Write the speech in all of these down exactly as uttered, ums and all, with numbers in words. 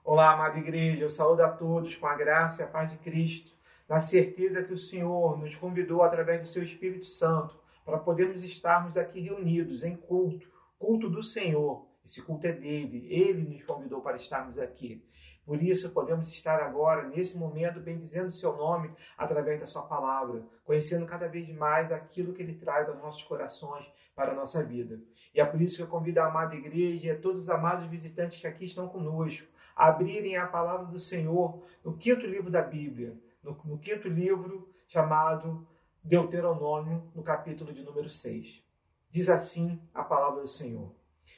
Olá, amada igreja, eu saúdo a todos com a graça e a paz de Cristo, na certeza que o Senhor nos convidou através do seu Espírito Santo para podermos estarmos aqui reunidos em culto, culto do Senhor. Esse culto é dele, ele nos convidou para estarmos aqui. Por isso, podemos estar agora, nesse momento, bendizendo o seu nome através da sua palavra, conhecendo cada vez mais aquilo que ele traz aos nossos corações para a nossa vida. E é por isso que eu convido a amada igreja e a todos os amados visitantes que aqui estão conosco a abrirem a palavra do Senhor no quinto livro da Bíblia, no, no quinto livro chamado Deuteronômio, no capítulo de número seis. Diz assim a palavra do Senhor: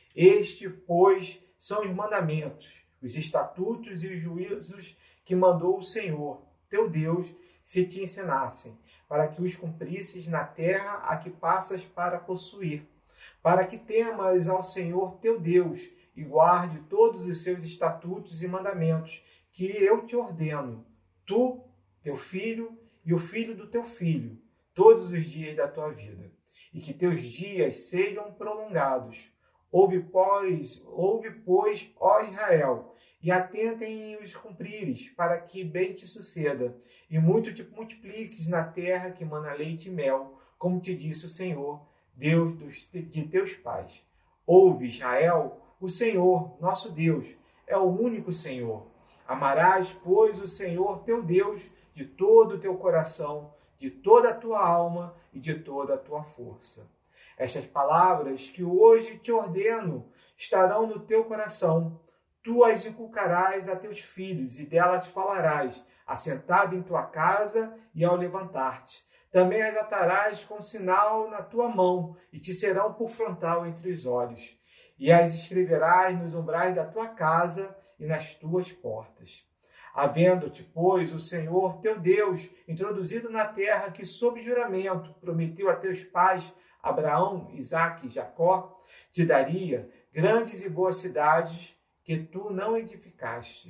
Este, pois, são os mandamentos, os estatutos e os juízos que mandou o Senhor, teu Deus, se te ensinassem, para que os cumprisses na terra a que passas para possuir, para que temas ao Senhor teu Deus e guarde todos os seus estatutos e mandamentos, que eu te ordeno, tu, teu filho e o filho do teu filho, todos os dias da tua vida, e que teus dias sejam prolongados. Ouve, pois, ouve, pois, ó Israel, e atenta em os cumprires, para que bem te suceda, e muito te multipliques na terra que mana leite e mel, como te disse o Senhor, Deus dos, de teus pais. Ouve, Israel, o Senhor, nosso Deus, é o único Senhor. Amarás, pois, o Senhor teu Deus de todo o teu coração, de toda a tua alma e de toda a tua força. Estas palavras que hoje te ordeno estarão no teu coração. Tu as inculcarás a teus filhos e delas falarás, assentado em tua casa e ao levantar-te. Também as atarás com sinal na tua mão e te serão por frontal entre os olhos. E as escreverás nos umbrais da tua casa e nas tuas portas. Havendo-te, pois, o Senhor teu Deus introduzido na terra que, sob juramento, prometeu a teus pais, Abraão, Isaque e Jacó, te daria grandes e boas cidades que tu não edificaste,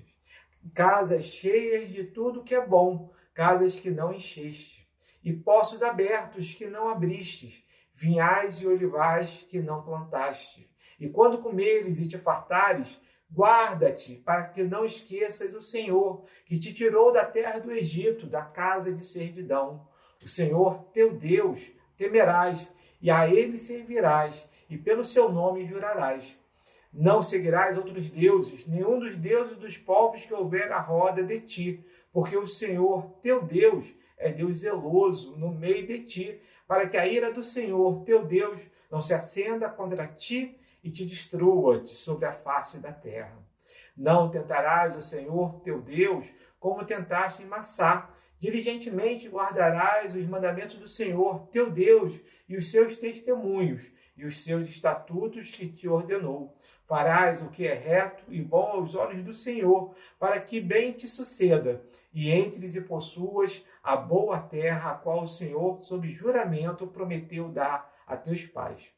casas cheias de tudo que é bom, casas que não encheste, e poços abertos que não abristes, vinhais e olivais que não plantaste. E quando comeres e te fartares, guarda-te para que não esqueças o Senhor, que te tirou da terra do Egito, da casa de servidão. O Senhor, teu Deus, temerás, e a ele servirás, e pelo seu nome jurarás. Não seguirás outros deuses, nenhum dos deuses dos povos que houver à roda de ti, porque o Senhor, teu Deus, é Deus zeloso no meio de ti, para que a ira do Senhor, teu Deus, não se acenda contra ti e te destrua de sobre a face da terra. Não tentarás o Senhor, teu Deus, como tentaste em Massá. Diligentemente guardarás os mandamentos do Senhor, teu Deus, e os seus testemunhos, e os seus estatutos que te ordenou. Farás o que é reto e bom aos olhos do Senhor, para que bem te suceda, e entres e possuas a boa terra, a qual o Senhor, sob juramento, prometeu dar a teus pais,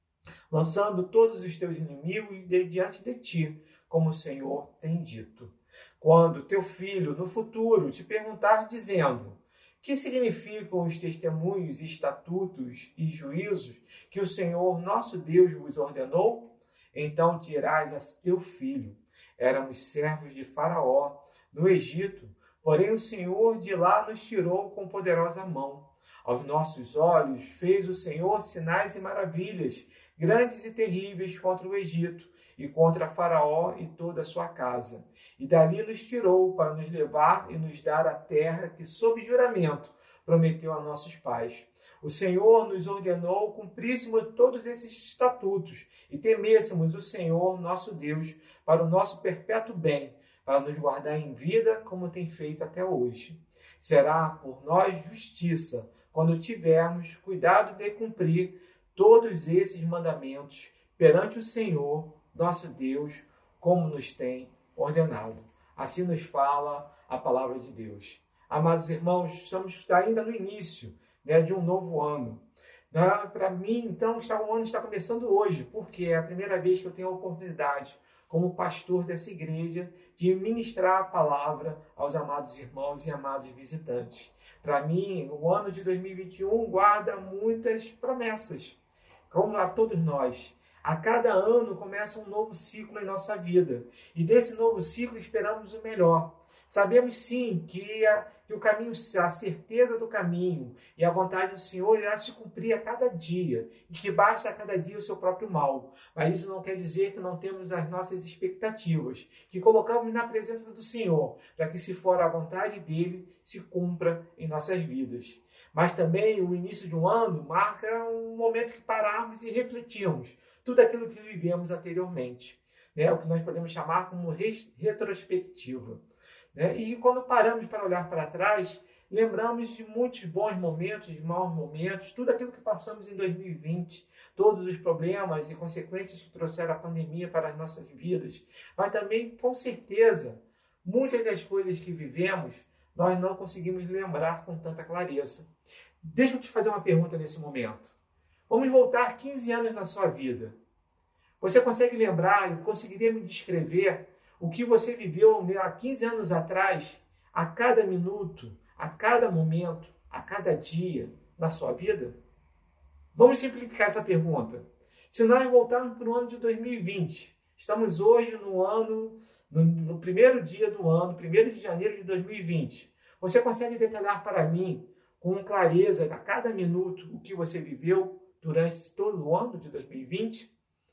lançando todos os teus inimigos de, diante de ti, como o Senhor tem dito. Quando teu filho, no futuro, te perguntar, dizendo: que significam os testemunhos, estatutos e juízos que o Senhor, nosso Deus, vos ordenou? Então dirás a teu filho: éramos servos de Faraó, no Egito, porém o Senhor de lá nos tirou com poderosa mão. Aos nossos olhos fez o Senhor sinais e maravilhas, grandes e terríveis contra o Egito, e contra Faraó e toda a sua casa. E dali nos tirou para nos levar e nos dar a terra que, sob juramento, prometeu a nossos pais. O Senhor nos ordenou cumpríssemos todos esses estatutos e temêssemos o Senhor, nosso Deus, para o nosso perpétuo bem, para nos guardar em vida, como tem feito até hoje. Será por nós justiça, quando tivermos cuidado de cumprir todos esses mandamentos perante o Senhor, nosso Deus, como nos tem ordenado. Assim nos fala a palavra de Deus. Amados irmãos, estamos ainda no início, né, de um novo ano. Para mim, então, está, o ano está começando hoje, porque é a primeira vez que eu tenho a oportunidade, como pastor dessa igreja, de ministrar a palavra aos amados irmãos e amados visitantes. Para mim, o ano de dois mil e vinte e um guarda muitas promessas, como a todos nós. A cada ano começa um novo ciclo em nossa vida. E desse novo ciclo esperamos o melhor. Sabemos sim que, a, que o caminho, a certeza do caminho e a vontade do Senhor irá se cumprir a cada dia. E que basta a cada dia o seu próprio mal. Mas isso não quer dizer que não temos as nossas expectativas. Que colocamos na presença do Senhor. Para que se for a vontade dele, se cumpra em nossas vidas. Mas também o início de um ano marca um momento que pararmos e refletirmos tudo aquilo que vivemos anteriormente, né? O que nós podemos chamar como retrospectiva. Né? E quando paramos para olhar para trás, lembramos de muitos bons momentos, de maus momentos, tudo aquilo que passamos em dois mil e vinte, todos os problemas e consequências que trouxeram a pandemia para as nossas vidas, mas também, com certeza, muitas das coisas que vivemos, nós não conseguimos lembrar com tanta clareza. Deixa eu te fazer uma pergunta nesse momento. Vamos voltar quinze anos na sua vida. Você consegue lembrar e conseguiria me descrever o que você viveu há quinze anos atrás, a cada minuto, a cada momento, a cada dia na sua vida? Vamos simplificar essa pergunta. Se nós voltarmos para o ano de dois mil e vinte, estamos hoje no ano, no, no primeiro dia do ano, primeiro de janeiro de dois mil e vinte. Você consegue detalhar para mim, com clareza, a cada minuto, o que você viveu durante todo o ano de dois mil e vinte?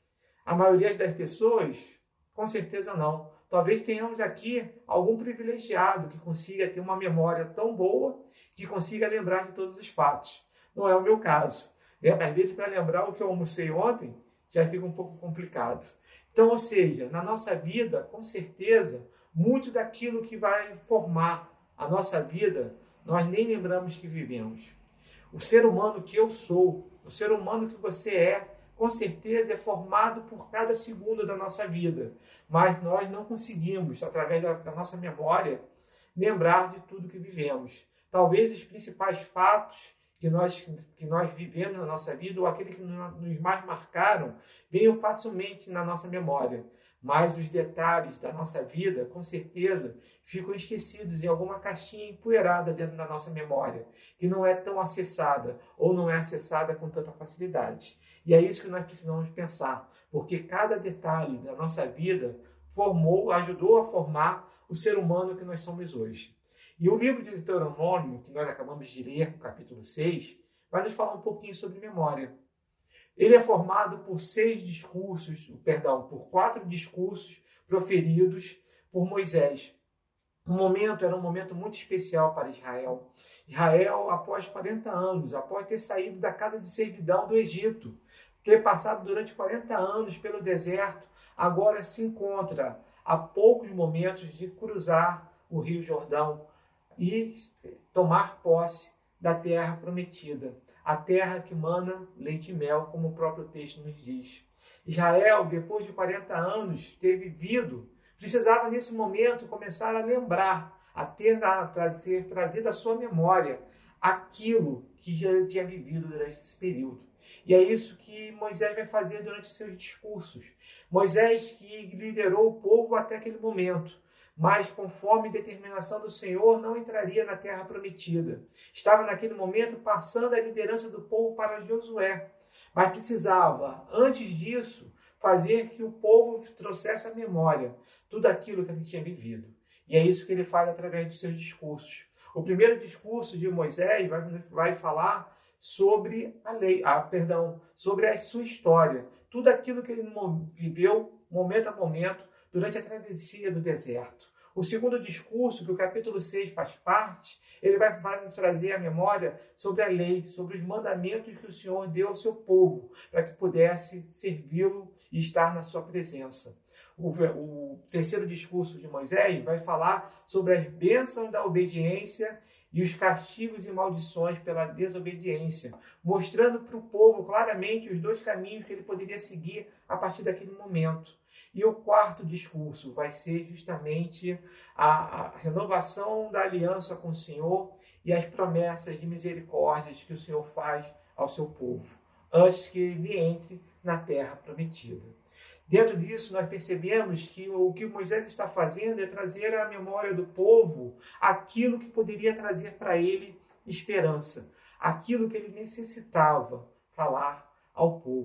A maioria das pessoas, com certeza não. Talvez tenhamos aqui algum privilegiado que consiga ter uma memória tão boa que consiga lembrar de todos os fatos. Não é o meu caso. Né? Às vezes, para lembrar o que eu almocei ontem, já fica um pouco complicado. Então, ou seja, na nossa vida, com certeza, muito daquilo que vai formar a nossa vida, nós nem lembramos que vivemos. O ser humano que eu sou, o ser humano que você é, com certeza é formado por cada segundo da nossa vida. Mas nós não conseguimos, através da, da nossa memória, lembrar de tudo que vivemos. Talvez os principais fatos que nós, que nós vivemos na nossa vida, ou aqueles que nos mais marcaram, venham facilmente na nossa memória. Mas os detalhes da nossa vida, com certeza, ficam esquecidos em alguma caixinha empoeirada dentro da nossa memória, que não é tão acessada, ou não é acessada com tanta facilidade. E é isso que nós precisamos pensar, porque cada detalhe da nossa vida formou, ajudou a formar o ser humano que nós somos hoje. E o livro de Deuteronômio, que nós acabamos de ler, capítulo seis, vai nos falar um pouquinho sobre memória. Ele é formado por seis discursos, perdão, por quatro discursos proferidos por Moisés. O momento era um momento muito especial para Israel. Israel, após quarenta anos, após ter saído da casa de servidão do Egito, ter passado durante quarenta anos pelo deserto, agora se encontra a poucos momentos de cruzar o Rio Jordão e tomar posse da terra prometida. A terra que mana leite e mel, como o próprio texto nos diz. Israel, depois de quarenta anos ter vivido, precisava nesse momento começar a lembrar, a ter a trazer, trazer da sua memória aquilo que já tinha vivido durante esse período. E é isso que Moisés vai fazer durante os seus discursos. Moisés que liderou o povo até aquele momento, mas conforme determinação do Senhor, não entraria na terra prometida. Estava naquele momento passando a liderança do povo para Josué, mas precisava, antes disso, fazer que o povo trouxesse à memória tudo aquilo que ele tinha vivido. E é isso que ele faz através dos seus discursos. O primeiro discurso de Moisés vai, vai falar sobre a lei, ah, perdão, sobre a sua história, tudo aquilo que ele viveu, momento a momento, durante a travessia do deserto. O segundo discurso, que o capítulo seis faz parte, ele vai, vai nos trazer a memória sobre a lei, sobre os mandamentos que o Senhor deu ao seu povo, para que pudesse servi-lo e estar na sua presença. O, o terceiro discurso de Moisés vai falar sobre as bênçãos da obediência e os castigos e maldições pela desobediência, mostrando para o povo claramente os dois caminhos que ele poderia seguir a partir daquele momento. E o quarto discurso vai ser justamente a, a renovação da aliança com o Senhor e as promessas de misericórdias que o Senhor faz ao seu povo, antes que ele entre na terra prometida. Dentro disso, nós percebemos que o que Moisés está fazendo é trazer à memória do povo aquilo que poderia trazer para ele esperança, aquilo que ele necessitava falar ao povo.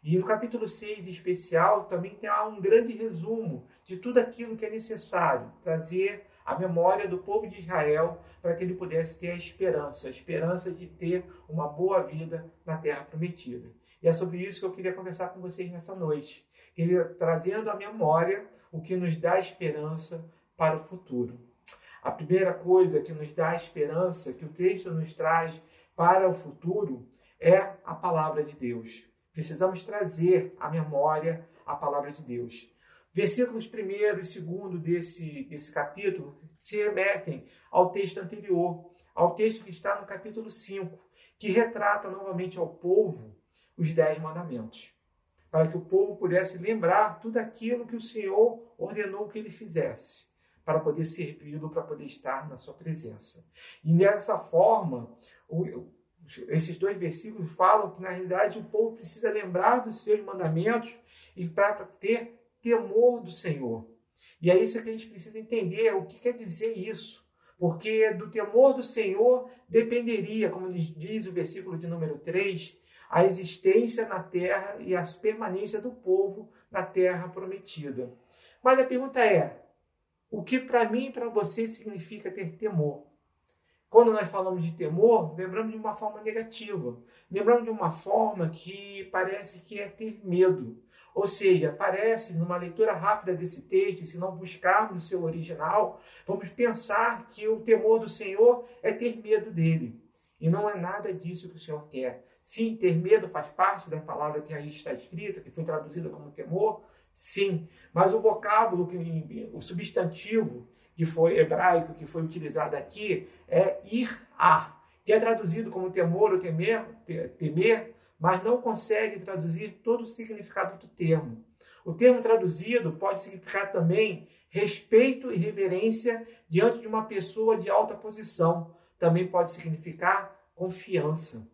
E no capítulo seis, em especial, também tem um grande resumo de tudo aquilo que é necessário trazer à memória do povo de Israel para que ele pudesse ter a esperança, a esperança de ter uma boa vida na terra prometida. E é sobre isso que eu queria conversar com vocês nessa noite, queria, trazendo à memória o que nos dá esperança para o futuro. A primeira coisa que nos dá esperança, que o texto nos traz para o futuro, é a palavra de Deus. Precisamos trazer à memória a palavra de Deus. Versículos primeiro e segundo desse, desse capítulo se remetem ao texto anterior, ao texto que está no capítulo cinco, que retrata novamente ao povo os dez mandamentos, para que o povo pudesse lembrar tudo aquilo que o Senhor ordenou que ele fizesse, para poder servi-lo, para poder estar na sua presença. E dessa forma, o, esses dois versículos falam que, na realidade, o povo precisa lembrar dos seus mandamentos e para ter temor do Senhor. E é isso que a gente precisa entender, o que quer dizer isso. Porque do temor do Senhor dependeria, como diz o versículo de número três, a existência na terra e a permanência do povo na terra prometida. Mas a pergunta é, o que para mim e para você significa ter temor? Quando nós falamos de temor, lembramos de uma forma negativa. Lembramos de uma forma que parece que é ter medo. Ou seja, parece, numa leitura rápida desse texto, se não buscarmos o seu original, vamos pensar que o temor do Senhor é ter medo dele. E não é nada disso que o Senhor quer. Sim, ter medo faz parte da palavra que aí está escrita, que foi traduzida como temor, sim. Mas o vocábulo, o substantivo que foi hebraico, que foi utilizado aqui, é ir a, que é traduzido como temor ou temer, temer, mas não consegue traduzir todo o significado do termo. O termo traduzido pode significar também respeito e reverência diante de uma pessoa de alta posição. Também pode significar confiança.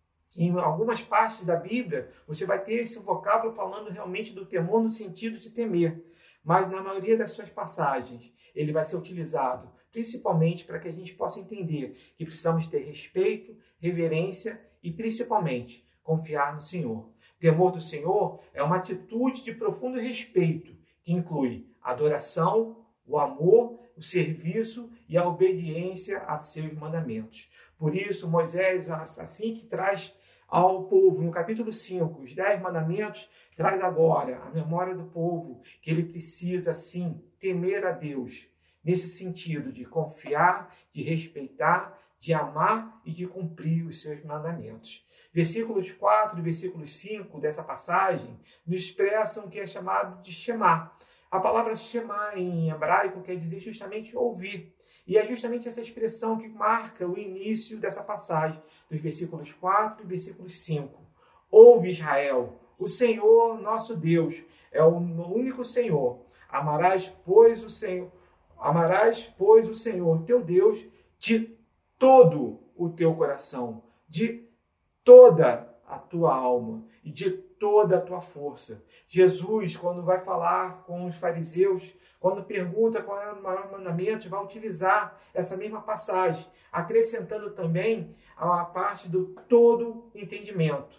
Em algumas partes da Bíblia, você vai ter esse vocábulo falando realmente do temor no sentido de temer. Mas na maioria das suas passagens, ele vai ser utilizado principalmente para que a gente possa entender que precisamos ter respeito, reverência e principalmente confiar no Senhor. Temor do Senhor é uma atitude de profundo respeito que inclui a adoração, o amor, o serviço e a obediência a seus mandamentos. Por isso, Moisés, assim que traz ao povo, no capítulo cinco, os dez mandamentos, traz agora a memória do povo que ele precisa, sim, temer a Deus, nesse sentido de confiar, de respeitar, de amar e de cumprir os seus mandamentos. Versículos quatro e versículos cinco dessa passagem nos expressam o que é chamado de Shema. A palavra Shema em hebraico quer dizer justamente ouvir. E é justamente essa expressão que marca o início dessa passagem, dos versículos quatro e versículos cinco. Ouve, Israel, o Senhor nosso Deus é o único Senhor. Amarás, pois, o Senhor, amarás, pois, o Senhor teu Deus de todo o teu coração, de toda a tua alma e de toda a tua força. Jesus, quando vai falar com os fariseus, quando pergunta qual é o maior mandamento, vai utilizar essa mesma passagem, acrescentando também a parte do todo entendimento.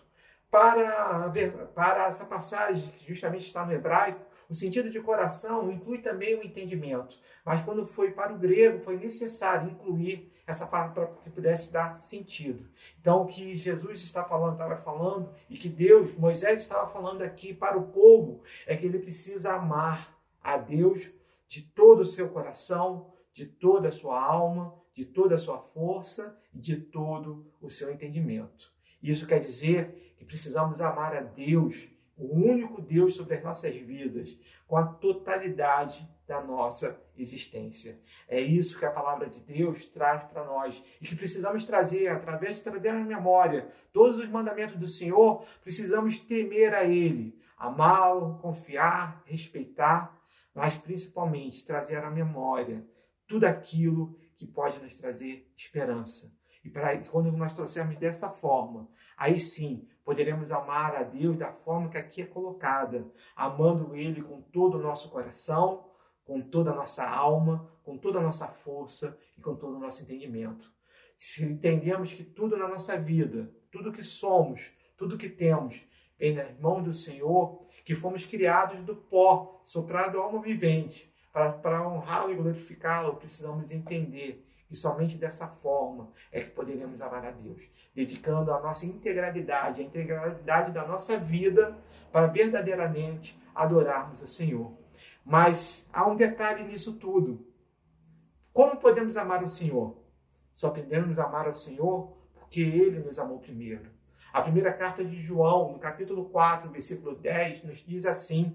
Para, para essa passagem, que justamente está no hebraico, o sentido de coração inclui também o entendimento. Mas quando foi para o grego, foi necessário incluir essa parte para que pudesse dar sentido. Então, o que Jesus está falando, estava falando, e que Deus, Moisés estava falando aqui para o povo, é que ele precisa amar a Deus de todo o seu coração, de toda a sua alma, de toda a sua força e de todo o seu entendimento. Isso quer dizer que precisamos amar a Deus, o único Deus sobre as nossas vidas, com a totalidade da nossa existência. É isso que a palavra de Deus traz para nós e que precisamos trazer, através de trazer à memória todos os mandamentos do Senhor, precisamos temer a Ele, amá-lo, confiar, respeitar, mas principalmente trazer à memória tudo aquilo que pode nos trazer esperança. E para quando nós trouxermos dessa forma, aí sim poderemos amar a Deus da forma que aqui é colocada, amando Ele com todo o nosso coração, com toda a nossa alma, com toda a nossa força e com todo o nosso entendimento. Se entendemos que tudo na nossa vida, tudo que somos, tudo que temos, vem das mãos do Senhor, que fomos criados do pó, soprado alma vivente. Para, para honrá-lo e glorificá-lo, precisamos entender que somente dessa forma é que poderemos amar a Deus, dedicando a nossa integralidade, a integralidade da nossa vida para verdadeiramente adorarmos o Senhor. Mas há um detalhe nisso tudo. Como podemos amar o Senhor? Só podemos amar ao Senhor porque Ele nos amou primeiro. A primeira carta de João, no capítulo quatro, versículo dez, nos diz assim: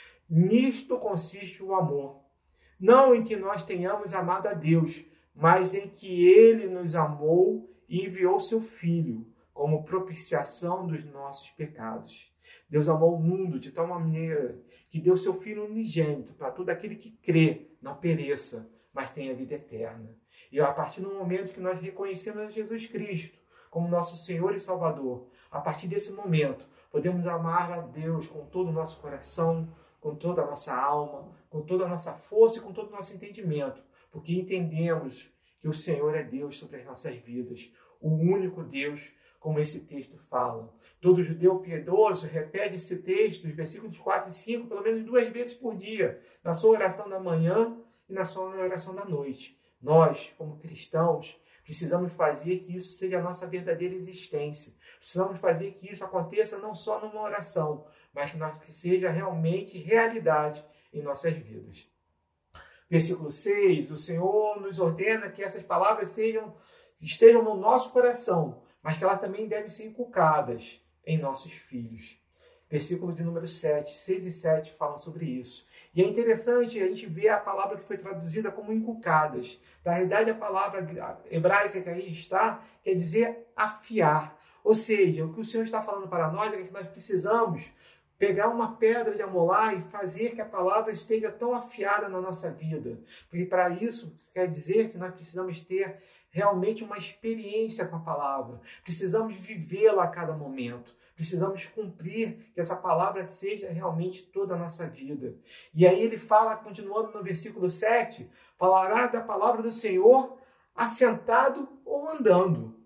nisto consiste o amor, não em que nós tenhamos amado a Deus, mas em que Ele nos amou e enviou seu Filho como propiciação dos nossos pecados. Deus amou o mundo de tal maneira que deu seu Filho unigênito para todo aquele que crê, não pereça, mas tenha vida eterna. E a partir do momento que nós reconhecemos a Jesus Cristo como nosso Senhor e Salvador, a partir desse momento, podemos amar a Deus com todo o nosso coração, com toda a nossa alma, com toda a nossa força e com todo o nosso entendimento, porque entendemos que o Senhor é Deus sobre as nossas vidas, o único Deus, como esse texto fala. Todo judeu piedoso repete esse texto, os versículos quatro e cinco, pelo menos duas vezes por dia, na sua oração da manhã e na sua oração da noite. Nós, como cristãos, precisamos fazer que isso seja a nossa verdadeira existência. Precisamos fazer que isso aconteça não só numa oração, mas que seja realmente realidade em nossas vidas. Versículo seis, o Senhor nos ordena que essas palavras sejam, estejam no nosso coração, mas que elas também devem ser inculcadas em nossos filhos. Versículo de número sete, seis e sete falam sobre isso. E é interessante a gente ver a palavra que foi traduzida como inculcadas. Na realidade, a palavra hebraica que aí está quer dizer afiar. Ou seja, o que o Senhor está falando para nós é que nós precisamos pegar uma pedra de amolar e fazer que a palavra esteja tão afiada na nossa vida. Porque para isso quer dizer que nós precisamos ter realmente uma experiência com a palavra. Precisamos vivê-la a cada momento. Precisamos cumprir que essa palavra seja realmente toda a nossa vida. E aí ele fala, continuando no versículo sete, falará da palavra do Senhor assentado ou andando.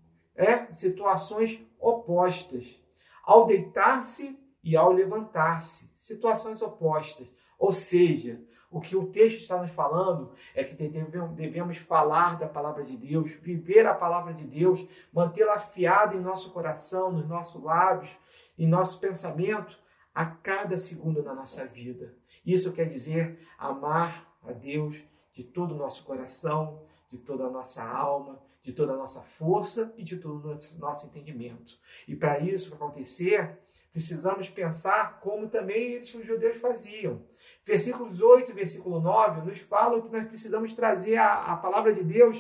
É, situações opostas. Ao deitar-se e ao levantar-se. Situações opostas. Ou seja, o que o texto está nos falando é que devemos falar da palavra de Deus, viver a palavra de Deus, mantê-la afiada em nosso coração, nos nossos lábios, em nosso pensamento, a cada segundo da nossa vida. Isso quer dizer amar a Deus de todo o nosso coração, de toda a nossa alma, de toda a nossa força e de todo o nosso, nosso entendimento. E para isso acontecer, precisamos pensar como também eles, os judeus faziam. Versículos oito e versículo nove nos falam que nós precisamos trazer a, a palavra de Deus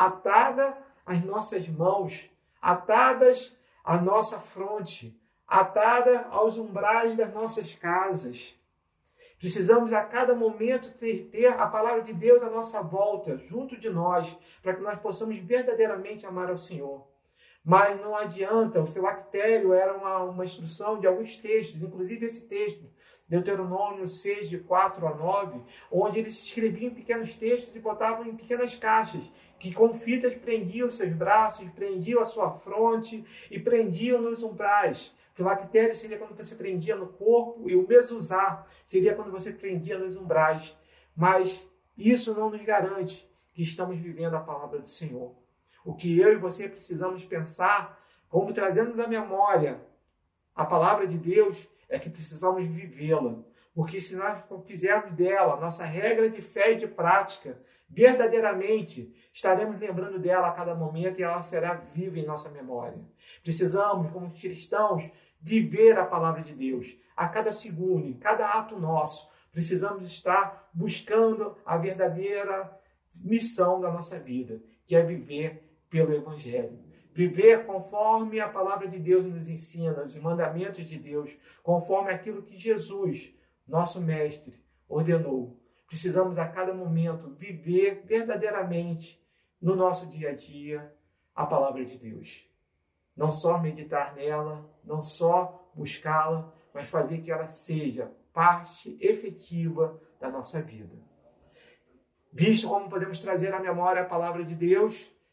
atada às nossas mãos, atadas à nossa fronte, atada aos umbrais das nossas casas. Precisamos a cada momento ter, ter a palavra de Deus à nossa volta, junto de nós, para que nós possamos verdadeiramente amar ao Senhor. Mas não adianta, o filactério era uma, uma instrução de alguns textos, inclusive esse texto, Deuteronômio seis, de quatro a nove, onde eles escreviam em pequenos textos e botavam em pequenas caixas, que com fitas prendiam seus braços, prendiam a sua fronte e prendiam nos umbrais. Filactério seria quando você prendia no corpo, e o mezuzá seria quando você prendia nos umbrais. Mas isso não nos garante que estamos vivendo a palavra do Senhor. O que eu e você precisamos pensar, como trazemos à memória a palavra de Deus, é que precisamos vivê-la. Porque se nós fizermos dela nossa regra de fé e de prática, verdadeiramente estaremos lembrando dela a cada momento e ela será viva em nossa memória. Precisamos, como cristãos, viver a palavra de Deus. A cada segundo, em cada ato nosso, precisamos estar buscando a verdadeira missão da nossa vida, que é viver pelo Evangelho. Viver conforme a palavra de Deus nos ensina, os mandamentos de Deus, conforme aquilo que Jesus, nosso Mestre, ordenou. Precisamos a cada momento viver verdadeiramente no nosso dia a dia a palavra de Deus. Não só meditar nela, não só buscá-la, mas fazer que ela seja parte efetiva da nossa vida. Visto como podemos trazer à memória a palavra de Deus,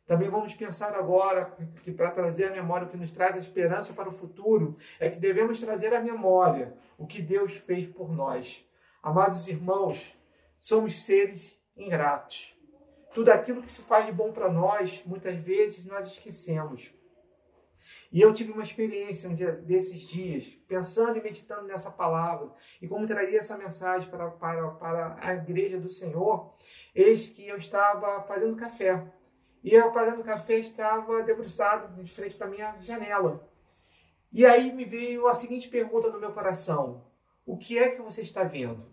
Também vamos pensar agora que para trazer à memória o que nos traz a esperança para o futuro, é que devemos trazer à memória o que Deus fez por nós. Amados irmãos, somos seres ingratos. Tudo aquilo que se faz de bom para nós, muitas vezes nós esquecemos. E eu tive uma experiência um dia desses dias, pensando e meditando nessa palavra, e como traria essa mensagem para, para, para a igreja do Senhor, eis que eu estava fazendo café. E eu fazendo café estava debruçado de frente para a minha janela. E aí me veio a seguinte pergunta no meu coração: o que é que você está vendo?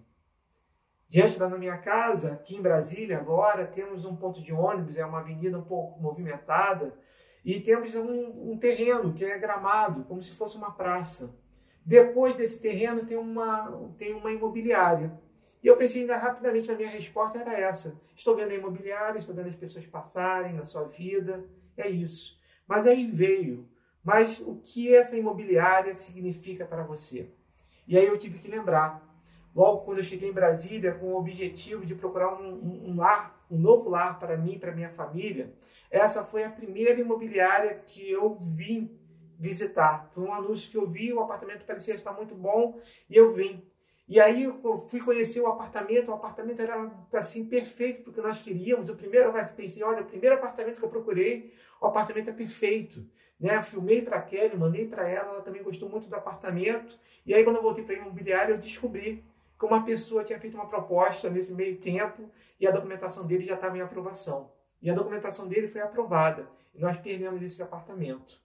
Diante da minha casa, aqui em Brasília, agora, temos um ponto de ônibus, é uma avenida um pouco movimentada, e temos um, um terreno que é gramado, como se fosse uma praça. Depois desse terreno tem uma, tem uma imobiliária. E eu pensei ainda rapidamente, na minha resposta era essa. Estou vendo a imobiliária, estou vendo as pessoas passarem na sua vida, é isso. Mas aí veio, mas o que essa imobiliária significa para você? E aí eu tive que lembrar. Logo quando eu cheguei em Brasília, com o objetivo de procurar um, um, um lar, um novo lar para mim e para minha família, essa foi a primeira imobiliária que eu vim visitar. Foi um anúncio que eu vi, o apartamento parecia estar muito bom e eu vim. E aí eu fui conhecer o apartamento, o apartamento era assim perfeito porque nós queríamos. O primeiro, eu pensei, olha, o primeiro apartamento que eu procurei, o apartamento é perfeito. Né? Eu filmei para a Kelly, mandei para ela, ela também gostou muito do apartamento. E aí quando eu voltei para a imobiliária, eu descobri que uma pessoa tinha feito uma proposta nesse meio tempo e a documentação dele já estava em aprovação. E a documentação dele foi aprovada. E nós perdemos esse apartamento.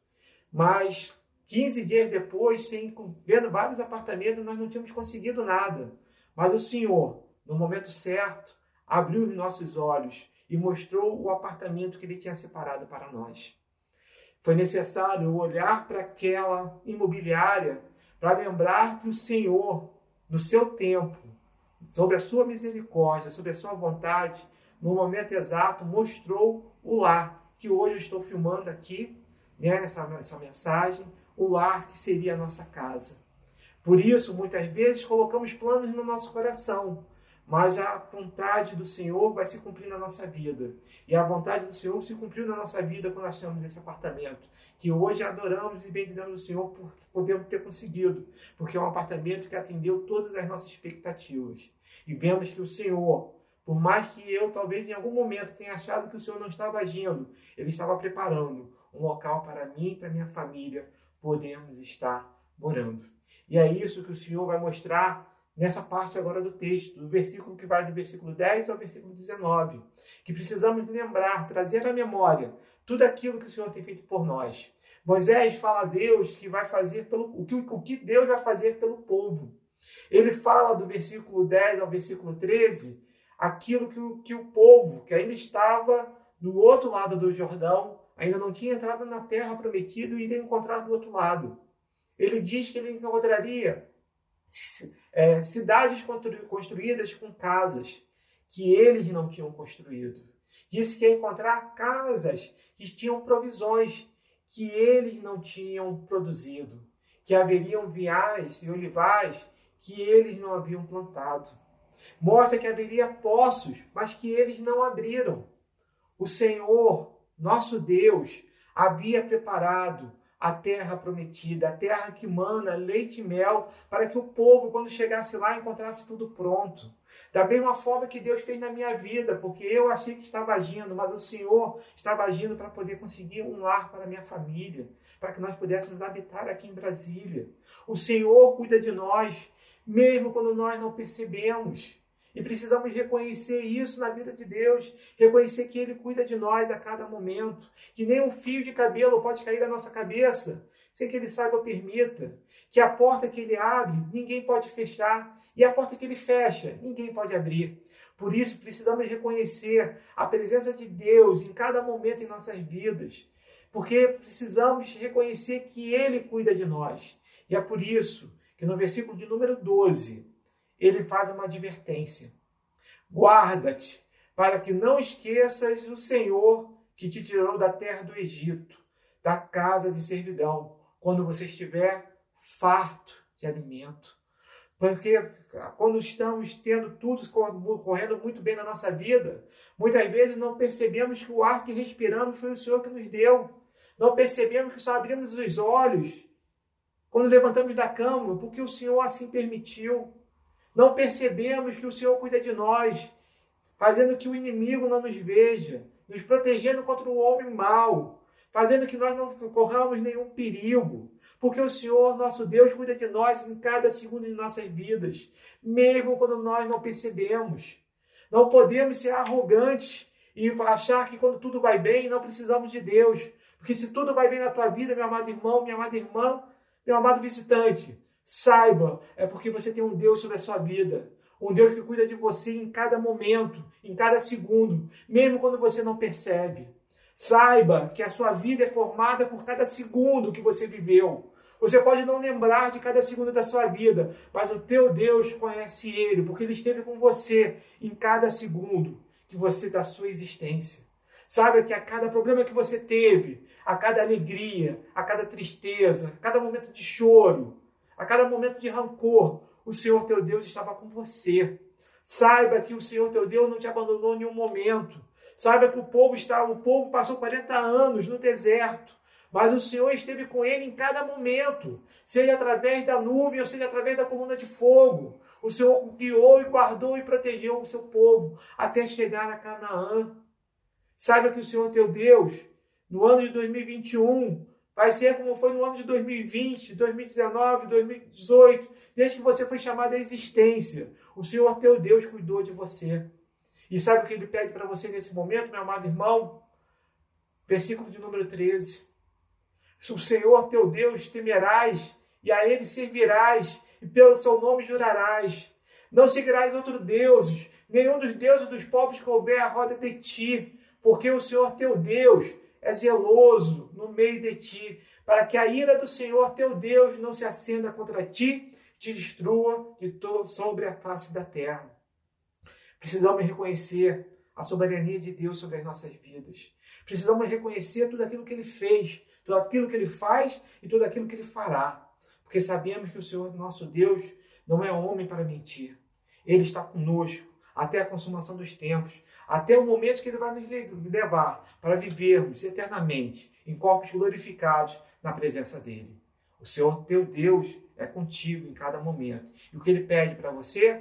Mas quinze dias depois, sem, vendo vários apartamentos, nós não tínhamos conseguido nada. Mas o Senhor, no momento certo, abriu os nossos olhos e mostrou o apartamento que Ele tinha separado para nós. Foi necessário olhar para aquela imobiliária para lembrar que o Senhor, no seu tempo, sobre a sua misericórdia, sobre a sua vontade, no momento exato, mostrou o lar que hoje eu estou filmando aqui, né, essa, essa mensagem, o lar que seria a nossa casa. Por isso, muitas vezes, colocamos planos no nosso coração, mas a vontade do Senhor vai se cumprir na nossa vida. E a vontade do Senhor se cumpriu na nossa vida quando nós temos esse apartamento, que hoje adoramos e bendizemos o Senhor por podermos ter conseguido, porque é um apartamento que atendeu todas as nossas expectativas. E vemos que o Senhor, por mais que eu talvez em algum momento tenha achado que o Senhor não estava agindo, Ele estava preparando um local para mim e para minha família podermos estar morando. E é isso que o Senhor vai mostrar nessa parte agora do texto, do versículo que vai do versículo dez ao versículo dezenove, que precisamos lembrar, trazer à memória tudo aquilo que o Senhor tem feito por nós. Moisés fala a Deus que vai fazer pelo, o, que, o que Deus vai fazer pelo povo. Ele fala do versículo dez ao versículo treze, aquilo que o, que o povo, que ainda estava do outro lado do Jordão, ainda não tinha entrado na terra prometida e iria encontrar do outro lado. Ele diz que ele encontraria é, cidades construídas com casas que eles não tinham construído. Disse que ia encontrar casas que tinham provisões que eles não tinham produzido. Que haveriam viais e olivais que eles não haviam plantado. Mostra que haveria poços, mas que eles não abriram. O Senhor, nosso Deus, havia preparado a terra prometida, a terra que mana leite e mel, para que o povo, quando chegasse lá, encontrasse tudo pronto. Da mesma forma que Deus fez na minha vida, porque eu achei que estava agindo, mas o Senhor estava agindo para poder conseguir um lar para a minha família, para que nós pudéssemos habitar aqui em Brasília. O Senhor cuida de nós, mesmo quando nós não percebemos. E precisamos reconhecer isso na vida de Deus, reconhecer que Ele cuida de nós a cada momento, que nem um fio de cabelo pode cair da nossa cabeça, sem que Ele saiba ou permita, que a porta que Ele abre, ninguém pode fechar, e a porta que Ele fecha, ninguém pode abrir. Por isso, precisamos reconhecer a presença de Deus em cada momento em nossas vidas, porque precisamos reconhecer que Ele cuida de nós. E é por isso que no versículo de número doze, ele faz uma advertência. Guarda-te, para que não esqueças o Senhor que te tirou da terra do Egito, da casa de servidão, quando você estiver farto de alimento. Porque quando estamos tendo tudo correndo muito bem na nossa vida, muitas vezes não percebemos que o ar que respiramos foi o Senhor que nos deu. Não percebemos que só abrimos os olhos quando levantamos da cama, porque o Senhor assim permitiu. Não percebemos que o Senhor cuida de nós, fazendo que o inimigo não nos veja, nos protegendo contra o homem mau, fazendo que nós não corramos nenhum perigo, porque o Senhor, nosso Deus, cuida de nós em cada segundo de nossas vidas, mesmo quando nós não percebemos. Não podemos ser arrogantes e achar que quando tudo vai bem, não precisamos de Deus, porque se tudo vai bem na tua vida, meu amado irmão, minha amada irmã, meu amado visitante, saiba, é porque você tem um Deus sobre a sua vida, um Deus que cuida de você em cada momento, em cada segundo, mesmo quando você não percebe. Saiba que a sua vida é formada por cada segundo que você viveu. Você pode não lembrar de cada segundo da sua vida, mas o teu Deus conhece ele, porque ele esteve com você em cada segundo que você da sua existência. Saiba que a cada problema que você teve, a cada alegria, a cada tristeza, a cada momento de choro, a cada momento de rancor, o Senhor teu Deus estava com você. Saiba que o Senhor teu Deus não te abandonou em nenhum momento. Saiba que o povo estava, o povo passou quarenta anos no deserto, mas o Senhor esteve com ele em cada momento, seja através da nuvem ou seja através da coluna de fogo. O Senhor guiou e guardou e protegeu o seu povo até chegar a Canaã. Saiba que o Senhor teu Deus, no ano de dois mil e vinte e um, vai ser como foi no ano de dois mil e vinte, dois mil e dezenove, dois mil e dezoito, desde que você foi chamado à existência. O Senhor teu Deus cuidou de você. E sabe o que ele pede para você nesse momento, meu amado irmão? Versículo de número treze. O Senhor teu Deus temerás, e a ele servirás, e pelo seu nome jurarás. Não seguirás outros deuses, nenhum dos deuses dos povos que houver à roda de ti, porque o Senhor teu Deus é zeloso no meio de ti, para que a ira do Senhor teu Deus não se acenda contra ti, te destrua de todo sobre a face da terra. Precisamos reconhecer a soberania de Deus sobre as nossas vidas. Precisamos reconhecer tudo aquilo que Ele fez, tudo aquilo que Ele faz e tudo aquilo que Ele fará. Porque sabemos que o Senhor, nosso Deus, não é homem para mentir. Ele está conosco até a consumação dos tempos, até o momento que Ele vai nos levar para vivermos eternamente em corpos glorificados na presença dEle. O Senhor teu Deus é contigo em cada momento. E o que Ele pede para você?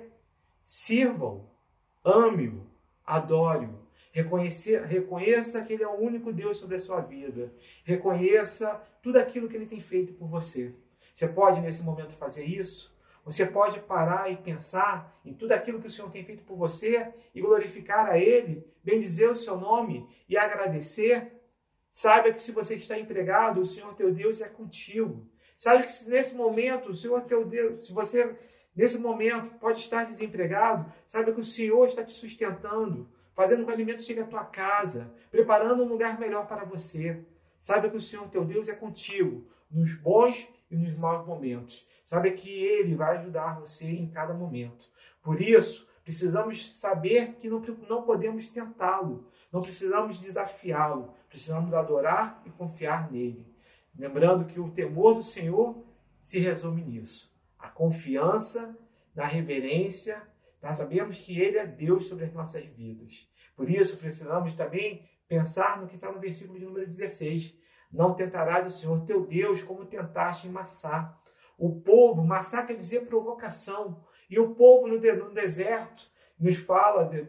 Sirva-o, ame-o, adore-o. Reconheça, reconheça que Ele é o único Deus sobre a sua vida. Reconheça tudo aquilo que Ele tem feito por você. Você pode, nesse momento, fazer isso? Você pode parar e pensar em tudo aquilo que o Senhor tem feito por você e glorificar a Ele, bendizer o seu nome e agradecer? Saiba que se você está empregado, o Senhor teu Deus é contigo. Saiba que se nesse momento, o Senhor teu Deus, se você nesse momento pode estar desempregado, saiba que o Senhor está te sustentando, fazendo com que o alimento chegue à tua casa, preparando um lugar melhor para você. Saiba que o Senhor teu Deus é contigo, nos bons e nos maus momentos. Saiba que Ele vai ajudar você em cada momento. Por isso, precisamos saber que não, não podemos tentá-lo, não precisamos desafiá-lo, precisamos adorar e confiar nele. Lembrando que o temor do Senhor se resume nisso. A confiança, na reverência, nós sabemos que Ele é Deus sobre as nossas vidas. Por isso, precisamos também pensar no que está no versículo de número dezesseis. Não tentarás o Senhor teu Deus como tentaste em Massá. O povo, Massá quer dizer provocação. E o povo no deserto nos fala, de,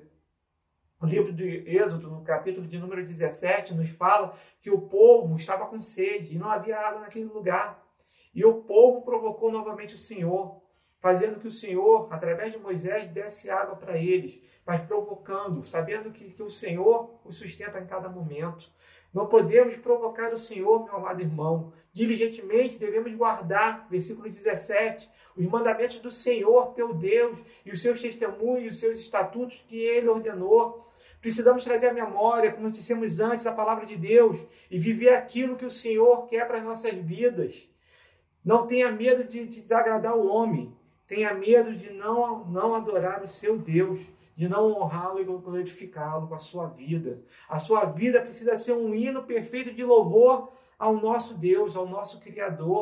o livro de Êxodo, no capítulo de número dezessete, nos fala que o povo estava com sede e não havia água naquele lugar. E o povo provocou novamente o Senhor, fazendo que o Senhor, através de Moisés, desse água para eles, mas provocando, sabendo que, que o Senhor os sustenta em cada momento. Não podemos provocar o Senhor, meu amado irmão. Diligentemente devemos guardar, versículo dezessete, os mandamentos do Senhor, teu Deus, e os seus testemunhos, e os seus estatutos que Ele ordenou. Precisamos trazer à memória, como dissemos antes, a palavra de Deus e viver aquilo que o Senhor quer para as nossas vidas. Não tenha medo de, de desagradar o homem. Tenha medo de não, não adorar o seu Deus, de não honrá-lo e glorificá-lo com a sua vida. A sua vida precisa ser um hino perfeito de louvor ao nosso Deus, ao nosso Criador.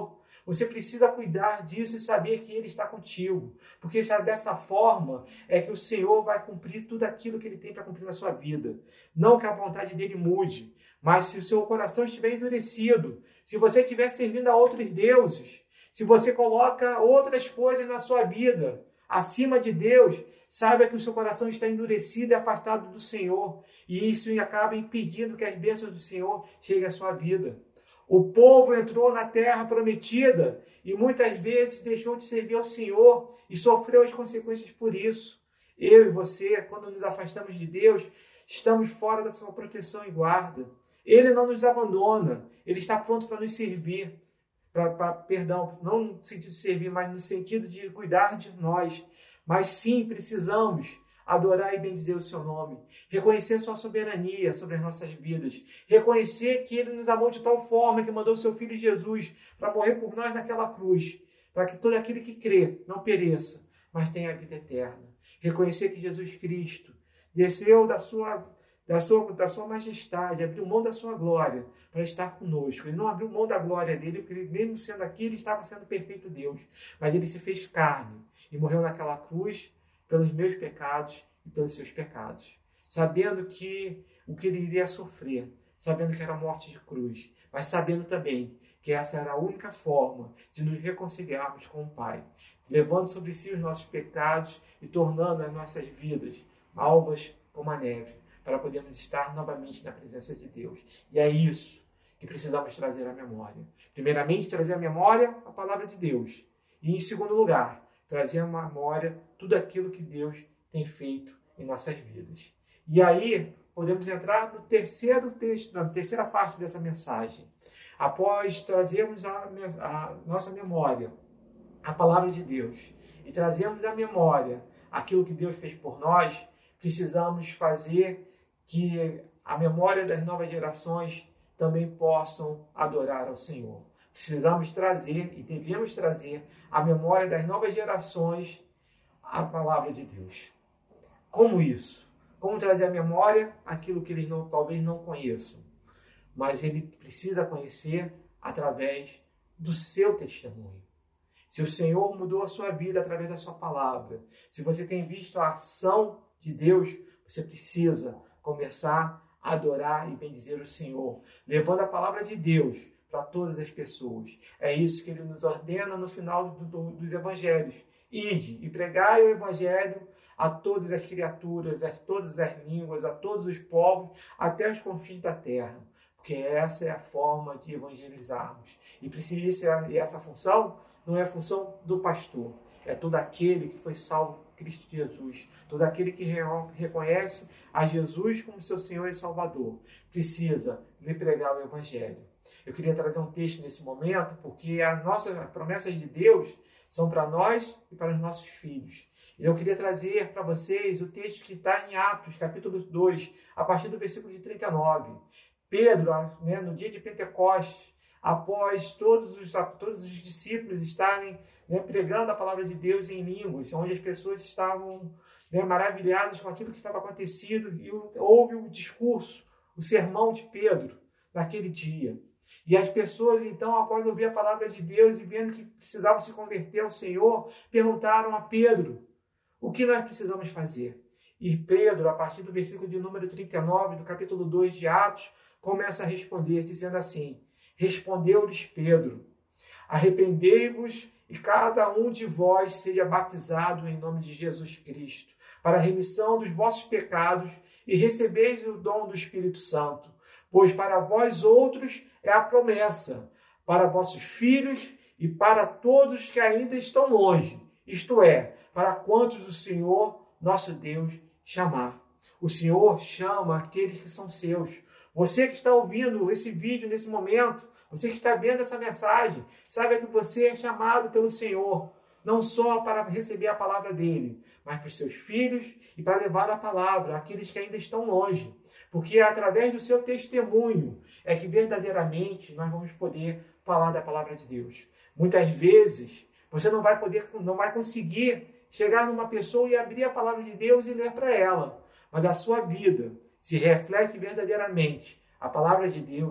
Você precisa cuidar disso e saber que Ele está contigo. Porque dessa forma é que o Senhor vai cumprir tudo aquilo que Ele tem para cumprir na sua vida. Não que a vontade dEle mude, mas se o seu coração estiver endurecido, se você estiver servindo a outros deuses, se você coloca outras coisas na sua vida acima de Deus, saiba que o seu coração está endurecido e afastado do Senhor. E isso acaba impedindo que as bênçãos do Senhor cheguem à sua vida. O povo entrou na terra prometida e muitas vezes deixou de servir ao Senhor e sofreu as consequências por isso. Eu e você, quando nos afastamos de Deus, estamos fora da sua proteção e guarda. Ele não nos abandona, Ele está pronto para nos servir. Pra, pra, perdão, não no sentido de servir, mas no sentido de cuidar de nós. Mas sim, precisamos adorar e bendizer o seu nome, reconhecer sua soberania sobre as nossas vidas, reconhecer que Ele nos amou de tal forma que mandou o seu Filho Jesus para morrer por nós naquela cruz, para que todo aquele que crê não pereça, mas tenha a vida eterna. Reconhecer que Jesus Cristo desceu da sua, da sua, da sua majestade, abriu mão da sua glória para estar conosco. Ele não abriu mão da glória dele, porque ele, mesmo sendo aqui, ele estava sendo perfeito Deus, mas ele se fez carne e morreu naquela cruz pelos meus pecados e pelos seus pecados, sabendo que o que ele iria sofrer, sabendo que era morte de cruz, mas sabendo também que essa era a única forma de nos reconciliarmos com o Pai, levando sobre si os nossos pecados e tornando as nossas vidas alvas como a neve, para podermos estar novamente na presença de Deus. E é isso que precisamos trazer à memória. Primeiramente, trazer à memória a palavra de Deus. E, em segundo lugar, trazer à memória tudo aquilo que Deus tem feito em nossas vidas. E aí, podemos entrar no terceiro texto, na terceira parte dessa mensagem. Após trazermos a, a nossa memória, a palavra de Deus, e trazermos à memória aquilo que Deus fez por nós, precisamos fazer que a memória das novas gerações também possam adorar ao Senhor. Precisamos trazer e devemos trazer à memória das novas gerações a palavra de Deus. Como isso? Como trazer à memória aquilo que eles não, talvez não conheçam, mas ele precisa conhecer através do seu testemunho. Se o Senhor mudou a sua vida através da sua palavra, se você tem visto a ação de Deus, você precisa começar a adorar e bendizer o Senhor, levando a palavra de Deus para todas as pessoas. É isso que Ele nos ordena no final do, do, dos evangelhos. Ide e pregai o evangelho a todas as criaturas, a todas as línguas, a todos os povos, até os confins da terra. Porque essa é a forma de evangelizarmos. E, precisa, e essa função não é a função do pastor, é todo aquele que foi salvo por Cristo Jesus, todo aquele que reconhece a Jesus como seu Senhor e Salvador, precisa lhe pregar o evangelho. Eu queria trazer um texto nesse momento, porque as nossas promessas de Deus são para nós e para os nossos filhos. Eu queria trazer para vocês o texto que está em Atos, capítulo dois, a partir do versículo de trinta e nove. Pedro, né, no dia de Pentecostes, após todos os, todos os discípulos estarem, né, pregando a palavra de Deus em línguas, onde as pessoas estavam, né, maravilhadas com aquilo que estava acontecendo, e houve o discurso, o sermão de Pedro, naquele dia. E as pessoas, então, após ouvir a palavra de Deus e vendo que precisavam se converter ao Senhor, perguntaram a Pedro, o que nós precisamos fazer? E Pedro, a partir do versículo de número trinta e nove, do capítulo dois de Atos, começa a responder, dizendo assim: respondeu-lhes Pedro, arrependei-vos e cada um de vós seja batizado em nome de Jesus Cristo, para a remissão dos vossos pecados, e recebeis o dom do Espírito Santo. Pois para vós outros é a promessa, para vossos filhos e para todos que ainda estão longe, isto é, para quantos o Senhor, nosso Deus, chamar. O Senhor chama aqueles que são seus. Você que está ouvindo esse vídeo nesse momento, você que está vendo essa mensagem, saiba que você é chamado pelo Senhor, não só para receber a palavra dele, mas para os seus filhos e para levar a palavra àqueles que ainda estão longe. Porque é através do seu testemunho é que verdadeiramente nós vamos poder falar da palavra de Deus. Muitas vezes você não vai poder, não vai conseguir chegar numa pessoa e abrir a palavra de Deus e ler para ela. Mas a sua vida se reflete verdadeiramente a palavra de Deus,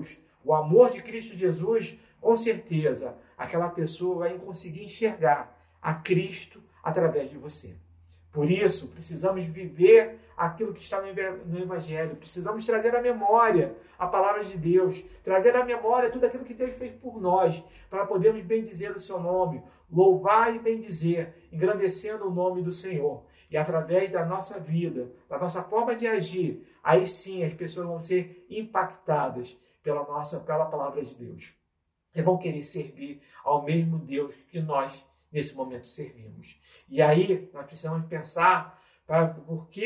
o amor de Cristo Jesus, com certeza, aquela pessoa vai conseguir enxergar a Cristo através de você. Por isso, precisamos viver aquilo que está no Evangelho. Precisamos trazer à memória a palavra de Deus, trazer à memória tudo aquilo que Deus fez por nós, para podermos bendizer o seu nome, louvar e bendizer, engrandecendo o nome do Senhor. E através da nossa vida, da nossa forma de agir, aí sim as pessoas vão ser impactadas pela nossa, pela palavra de Deus. E vão querer servir ao mesmo Deus que nós, nesse momento, servimos. E aí, nós precisamos pensar para, por que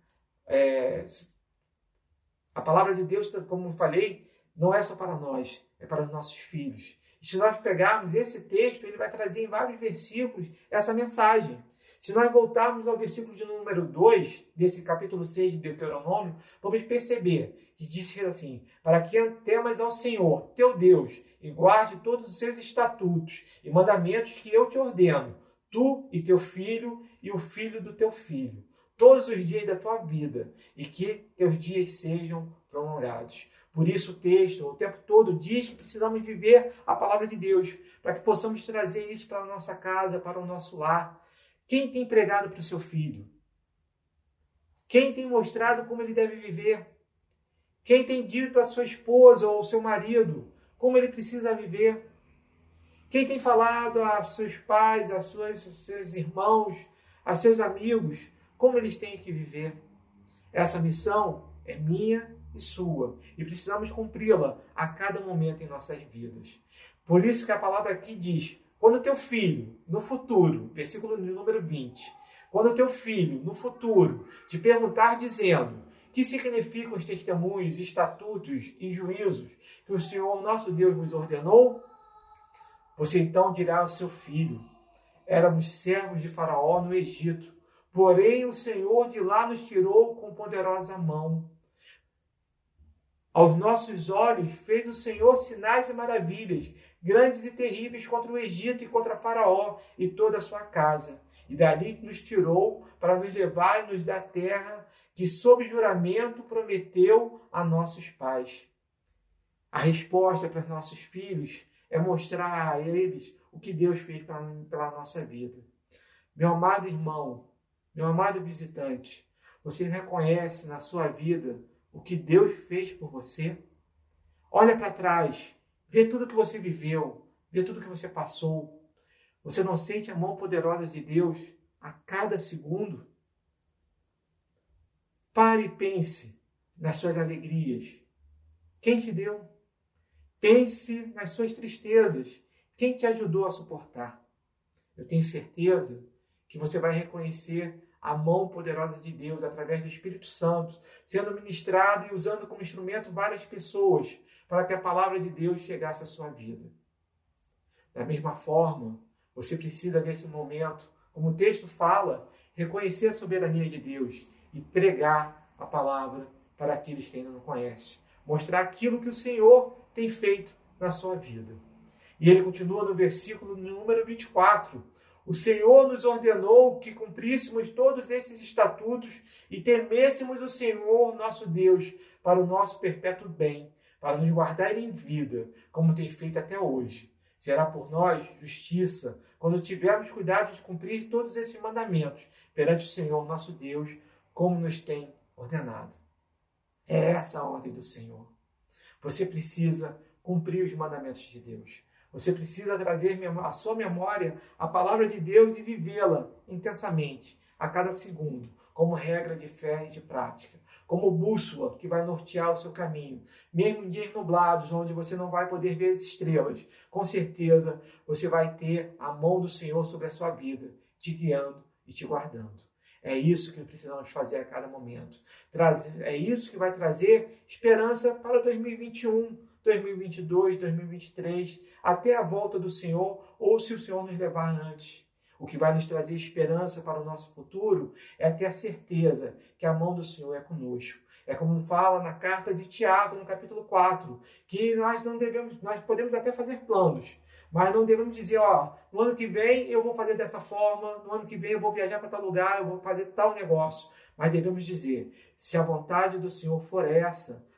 é, a palavra de Deus, como eu falei, não é só para nós, é para os nossos filhos. E se nós pegarmos esse texto, ele vai trazer em vários versículos essa mensagem. Se nós voltarmos ao versículo de número dois, desse capítulo seis de Deuteronômio, vamos perceber que diz assim: para que temas ao Senhor, teu Deus, e guarde todos os seus estatutos e mandamentos que eu te ordeno, tu e teu filho e o filho do teu filho, todos os dias da tua vida, e que teus dias sejam prolongados. Por isso o texto, o tempo todo, diz que precisamos viver a palavra de Deus, para que possamos trazer isso para a nossa casa, para o nosso lar. Quem tem pregado para o seu filho? Quem tem mostrado como ele deve viver? Quem tem dito à sua esposa ou ao seu marido como ele precisa viver? Quem tem falado a seus pais, a suas, seus irmãos, a seus amigos, como eles têm que viver? Essa missão é minha e sua, e precisamos cumpri-la a cada momento em nossas vidas. Por isso que a palavra aqui diz: quando teu filho, no futuro, versículo número vinte, quando teu filho, no futuro, te perguntar dizendo: que significam os testemunhos, estatutos e juízos que o Senhor nosso Deus vos ordenou? Você então dirá ao seu filho: éramos servos de Faraó no Egito, porém o Senhor de lá nos tirou com poderosa mão. Aos nossos olhos fez o Senhor sinais e maravilhas, grandes e terríveis contra o Egito e contra Faraó e toda a sua casa. E dali nos tirou para nos levar e nos dar terra que sob juramento prometeu a nossos pais. A resposta para os nossos filhos é mostrar a eles o que Deus fez pela nossa vida. Meu amado irmão, meu amado visitante, você reconhece na sua vida o que Deus fez por você? Olha para trás, vê tudo que você viveu, vê tudo que você passou. Você não sente a mão poderosa de Deus a cada segundo? Pare e pense nas suas alegrias. Quem te deu? Pense nas suas tristezas. Quem te ajudou a suportar? Eu tenho certeza que você vai reconhecer a mão poderosa de Deus através do Espírito Santo, sendo ministrado e usando como instrumento várias pessoas para que a palavra de Deus chegasse à sua vida. Da mesma forma, você precisa nesse momento, como o texto fala, reconhecer a soberania de Deus e pregar a palavra para aqueles que ainda não conhecem. Mostrar aquilo que o Senhor tem feito na sua vida. E ele continua no versículo número vinte e quatro. O Senhor nos ordenou que cumpríssemos todos esses estatutos e temêssemos o Senhor nosso Deus para o nosso perpétuo bem, para nos guardar em vida, como tem feito até hoje. Será por nós justiça, quando tivermos cuidado de cumprir todos esses mandamentos perante o Senhor nosso Deus, como nos tem ordenado. É essa a ordem do Senhor. Você precisa cumprir os mandamentos de Deus. Você precisa trazer à sua memória a palavra de Deus e vivê-la intensamente, a cada segundo, como regra de fé e de prática, como bússola que vai nortear o seu caminho. Mesmo em dias nublados, onde você não vai poder ver as estrelas, com certeza você vai ter a mão do Senhor sobre a sua vida, te guiando e te guardando. É isso que precisamos fazer a cada momento. É isso que vai trazer esperança para dois mil e vinte e um, dois mil e vinte e dois, dois mil e vinte e três, até a volta do Senhor, ou se o Senhor nos levar antes. O que vai nos trazer esperança para o nosso futuro é ter a certeza que a mão do Senhor é conosco. É como fala na carta de Tiago, no capítulo quatro, que nós não devemos, nós podemos até fazer planos, mas não devemos dizer, ó, no ano que vem eu vou fazer dessa forma, no ano que vem eu vou viajar para tal lugar, eu vou fazer tal negócio. Mas devemos dizer, se a vontade do Senhor for essa,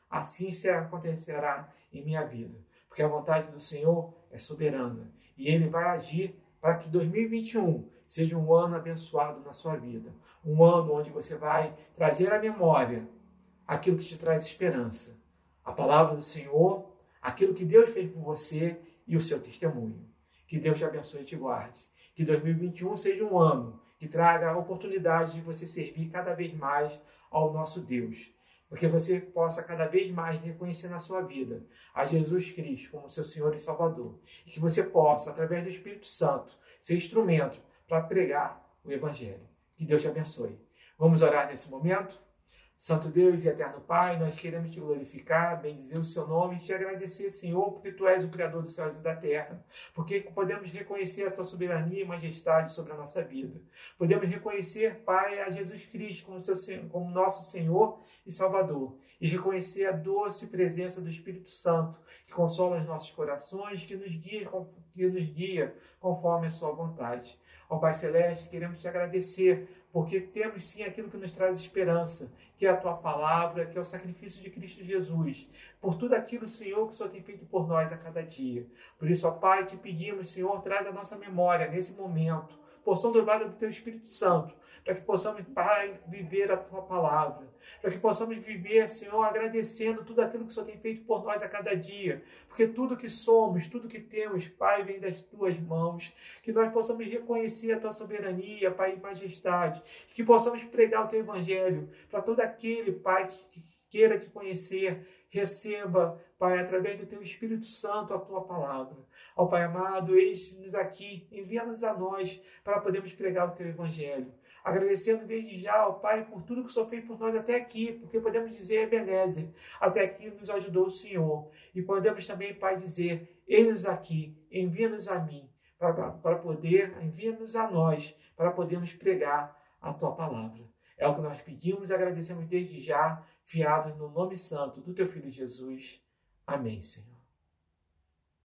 assim se acontecerá em minha vida, porque a vontade do Senhor é soberana e Ele vai agir para que dois mil e vinte e um seja um ano abençoado na sua vida, um ano onde você vai trazer à memória aquilo que te traz esperança, a palavra do Senhor, aquilo que Deus fez por você e o seu testemunho. Que Deus te abençoe e te guarde. Que dois mil e vinte e um seja um ano que traga a oportunidade de você servir cada vez mais ao nosso Deus. Porque você possa cada vez mais reconhecer na sua vida a Jesus Cristo como seu Senhor e Salvador. E que você possa, através do Espírito Santo, ser instrumento para pregar o Evangelho. Que Deus te abençoe. Vamos orar nesse momento? Santo Deus e eterno Pai, nós queremos te glorificar, bendizer o seu nome e te agradecer, Senhor, porque tu és o Criador dos céus e da terra, porque podemos reconhecer a tua soberania e majestade sobre a nossa vida. Podemos reconhecer, Pai, a Jesus Cristo como, seu, como nosso Senhor e Salvador, e reconhecer a doce presença do Espírito Santo, que consola os nossos corações, que nos guia, que nos guia conforme a sua vontade. Ó Pai Celeste, queremos te agradecer, porque temos sim aquilo que nos traz esperança, que é a tua palavra, que é o sacrifício de Cristo Jesus, por tudo aquilo, Senhor, que o Senhor tem feito por nós a cada dia. Por isso, ó Pai, te pedimos, Senhor, traz a nossa memória nesse momento, porção dobrada do teu Espírito Santo, para que possamos, Pai, viver a tua palavra, para que possamos viver, Senhor, agradecendo tudo aquilo que o Senhor tem feito por nós a cada dia, porque tudo que somos, tudo que temos, Pai, vem das tuas mãos, que nós possamos reconhecer a tua soberania, Pai, e majestade, que possamos pregar o teu evangelho para todo aquele, Pai, que queira te conhecer, receba, Pai, através do teu Espírito Santo, a tua palavra. Ó Pai amado, eis-nos aqui, envia-nos a nós para podermos pregar o teu evangelho. Agradecendo desde já, ó Pai, por tudo que o Senhor fez por nós até aqui, porque podemos dizer, Ebenezer, até aqui nos ajudou o Senhor. E podemos também, Pai, dizer, eis-nos aqui, envia-nos a mim, para, para poder, envia-nos a nós, para podermos pregar a tua palavra. É o que nós pedimos e agradecemos desde já, fiados no nome santo do teu Filho Jesus. Amém, Senhor.